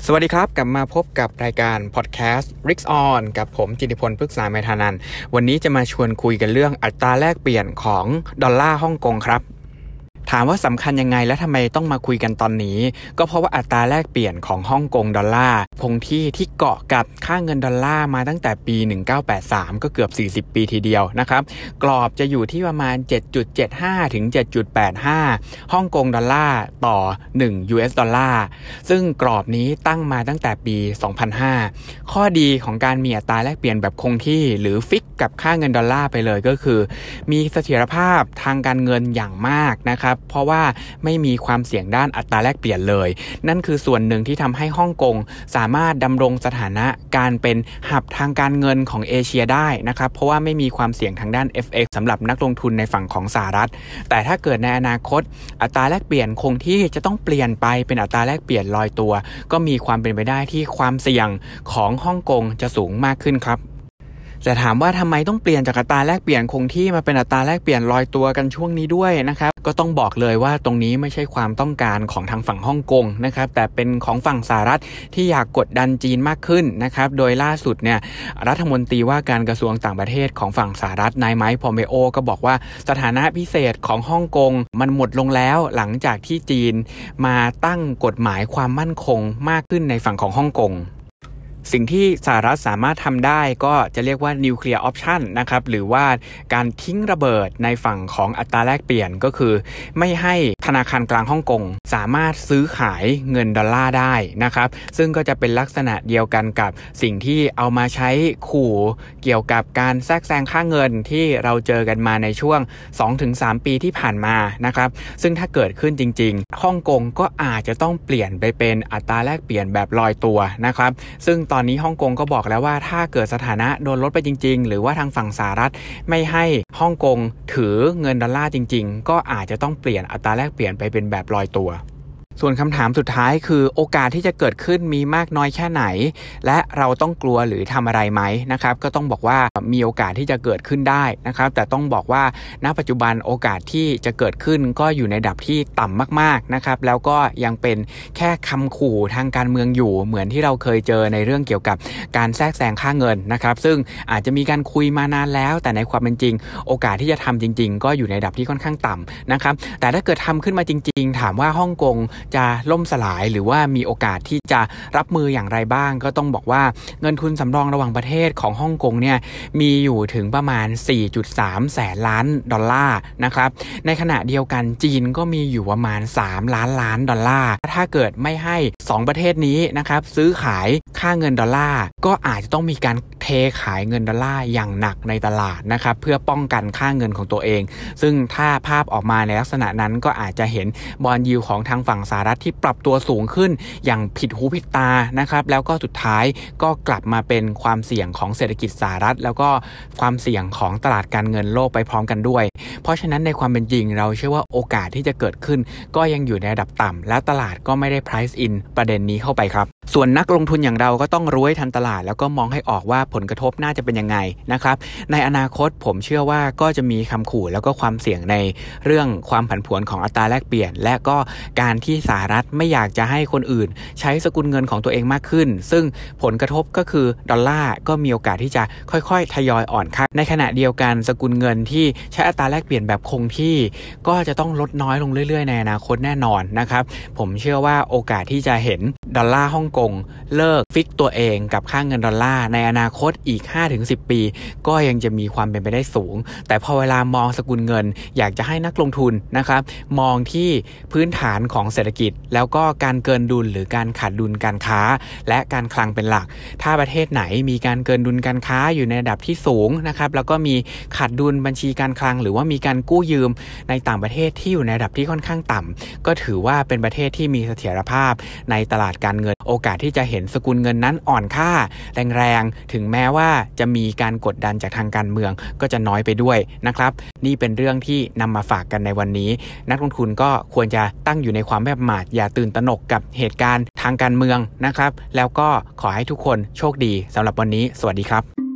สวัสดีครับกลับมาพบกับรายการพอดแคสต์ Risk On กับผมจิตติพลพฤกษาเมธานันท์วันนี้จะมาชวนคุยกันเรื่องอัตราแลกเปลี่ยนของดอลลาร์ฮ่องกงครับถามว่าสำคัญยังไงและทำไมต้องมาคุยกันตอนนี้ก็เพราะว่าอัตราแลกเปลี่ยนของฮ่องกงดอลลาร์คงที่เกาะกับค่าเงินดอลลาร์มาตั้งแต่ปี 1983 ก็เกือบ40 ปีทีเดียวนะครับกรอบจะอยู่ที่ประมาณ 7.75 ถึง 7.85 ฮ่องกงดอลลาร์ต่อ1 US ดอลลาร์ซึ่งกรอบนี้ตั้งมาตั้งแต่ปี 2005 ข้อดีของการมีอัตราแลกเปลี่ยนแบบคงที่หรือฟิกกับค่าเงินดอลลาร์ไปเลยก็คือมีเสถียรภาพทางการเงินอย่างมากนะครับเพราะว่าไม่มีความเสี่ยงด้านอัตราแลกเปลี่ยนเลยนั่นคือส่วนหนึ่งที่ทำให้ฮ่องกงสามารถดำรงสถานะการเป็นหับทางการเงินของเอเชียได้นะครับเพราะว่าไม่มีความเสี่ยงทางด้าน FX สำหรับนักลงทุนในฝั่งของสหรัฐแต่ถ้าเกิดในอนาคตอัตราแลกเปลี่ยนคงที่จะต้องเปลี่ยนไปเป็นอัตราแลกเปลี่ยนลอยตัวก็มีความเป็นไปได้ที่ความเสี่ยงของฮ่องกงจะสูงมากขึ้นครับแต่ถามว่าทำไมต้องเปลี่ยนจากอัตราแลกเปลี่ยนคงที่มาเป็นอัตราแลกเปลี่ยนลอยตัวกันช่วงนี้ด้วยนะครับก็ต้องบอกเลยว่าตรงนี้ไม่ใช่ความต้องการของทางฝั่งฮ่องกงนะครับแต่เป็นของฝั่งสหรัฐที่อยากกดดันจีนมากขึ้นนะครับโดยล่าสุดเนี่ยรัฐมนตรีว่าการกระทรวงต่างประเทศของฝั่งสหรัฐนายไมค์พอมเปโอก็บอกว่าสถานะพิเศษของฮ่องกงมันหมดลงแล้วหลังจากที่จีนมาตั้งกฎหมายความมั่นคงมากขึ้นในฝั่งของฮ่องกงสิ่งที่สหรัฐสามารถทำได้ก็จะเรียกว่านิวเคลียร์ออปชันนะครับหรือว่าการทิ้งระเบิดในฝั่งของอัตราแลกเปลี่ยนก็คือไม่ให้ธนาคารกลางฮ่องกงสามารถซื้อขายเงินดอลลาร์ได้นะครับซึ่งก็จะเป็นลักษณะเดียวกันกับสิ่งที่เอามาใช้ขู่เกี่ยวกับการแทรกแซงค่าเงินที่เราเจอกันมาในช่วง 2-3 ปีที่ผ่านมานะครับซึ่งถ้าเกิดขึ้นจริงๆฮ่องกงก็อาจจะต้องเปลี่ยนไปเป็นอัตราแลกเปลี่ยนแบบลอยตัวนะครับซึ่งตอนนี้ฮ่องกงก็บอกแล้วว่าถ้าเกิดสถานะโดนลดไปจริงๆหรือว่าทางฝั่งสหรัฐไม่ให้ฮ่องกงถือเงินดอลลาร์จริงๆก็อาจจะต้องเปลี่ยนอัตราแลกเปลี่ยนไปเป็นแบบลอยตัวส่วนคำถามสุดท้ายคือโอกาสที่จะเกิดขึ้นมีมากน้อยแค่ไหนและเราต้องกลัวหรือทำอะไรไหมนะครับก็ต้องบอกว่ามีโอกาสที่จะเกิดขึ้นได้นะครับแต่ต้องบอกว่าณปัจจุบันโอกาสที่จะเกิดขึ้นก็อยู่ในระดับที่ต่ำมากๆนะครับแล้วก็ยังเป็นแค่คำขู่ทางการเมืองอยู่เหมือนที่เราเคยเจอในเรื่องเกี่ยวกับการแทรกแซงค่าเงินนะครับซึ่งอาจจะมีการคุยมานานแล้วแต่ในความเป็นจริงโอกาสที่จะทำจริงๆก็อยู่ในระดับที่ค่อนข้างต่ำนะครับแต่ถ้าเกิดทำขึ้นมาจริงๆถามว่าฮ่องกงจะล่มสลายหรือว่ามีโอกาสที่จะรับมืออย่างไรบ้างก็ต้องบอกว่าเงินทุนสำรองระหว่างประเทศของฮ่องกงเนี่ยมีอยู่ถึงประมาณ 4.3 แสนล้านดอลลาร์นะครับในขณะเดียวกันจีนก็มีอยู่ประมาณ3ล้านล้านดอลลาร์ถ้าเกิดไม่ให้2ประเทศนี้นะครับซื้อขายค่าเงินดอลลาร์ก็อาจจะต้องมีการเทขายเงินดอลลาร์อย่างหนักในตลาดนะครับเพื่อป้องกันค่าเงินของตัวเองซึ่งถ้าภาพออกมาในลักษณะนั้นก็อาจจะเห็นบอนด์ยิลด์ของทางฝั่งสหรัฐที่ปรับตัวสูงขึ้นอย่างผิดหูผิดตานะครับแล้วก็สุดท้ายก็กลับมาเป็นความเสี่ยงของเศรษฐกิจสหรัฐแล้วก็ความเสี่ยงของตลาดการเงินโลกไปพร้อมกันด้วยเพราะฉะนั้นในความเป็นจริงเราเชื่อว่าโอกาสที่จะเกิดขึ้นก็ยังอยู่ในระดับต่ำและตลาดก็ไม่ได้ price in ประเด็นนี้เข้าไปครับส่วนนักลงทุนอย่างเราก็ต้องรู้ให้ทันตลาดแล้วก็มองให้ออกว่าผลกระทบน่าจะเป็นยังไงนะครับในอนาคตผมเชื่อว่าก็จะมีคำขู่แล้วก็ความเสี่ยงในเรื่องความผันผวนของอัตราแลกเปลี่ยนและก็การที่สหรัฐไม่อยากจะให้คนอื่นใช้สกุลเงินของตัวเองมากขึ้นซึ่งผลกระทบก็คือดอลลาร์ก็มีโอกาสที่จะค่อยๆทยอยอ่อนค่าในขณะเดียวกันสกุลเงินที่ใช้อัตราแลกเปลี่ยนแบบคงที่ก็จะต้องลดน้อยลงเรื่อยๆในอนาคตแน่นอนนะครับผมเชื่อว่าโอกาสที่จะเห็นดอลลาร์ฮ่องกงเลิกฟิกตัวเองกับค่าเงินดอลลาร์ในอนาคตอีก 5-10 ปีก็ยังจะมีความเป็นไปได้สูงแต่พอเวลามองสกุลเงินอยากจะให้นักลงทุนนะครับมองที่พื้นฐานของเศรษฐกิจแล้วก็การเกินดุลหรือการขาดดุลการค้าและการคลังเป็นหลักถ้าประเทศไหนมีการเกินดุลการค้าอยู่ในระดับที่สูงนะครับแล้วก็มีขาดดุลบัญชีการคลังหรือว่ามีการกู้ยืมในต่างประเทศที่อยู่ในระดับที่ค่อนข้างต่ำก็ถือว่าเป็นประเทศที่มีเสถียรภาพในตลาดการเงินโอกาสที่จะเห็นสกุลเงินนั้นอ่อนค่าแรงๆถึงแม้ว่าจะมีการกดดันจากทางการเมืองก็จะน้อยไปด้วยนะครับนี่เป็นเรื่องที่นำมาฝากกันในวันนี้นักลงทุนก็ควรจะตั้งอยู่ในความแบบหมาดอย่าตื่นตระหนกกับเหตุการณ์ทางการเมืองนะครับแล้วก็ขอให้ทุกคนโชคดีสำหรับวันนี้สวัสดีครับ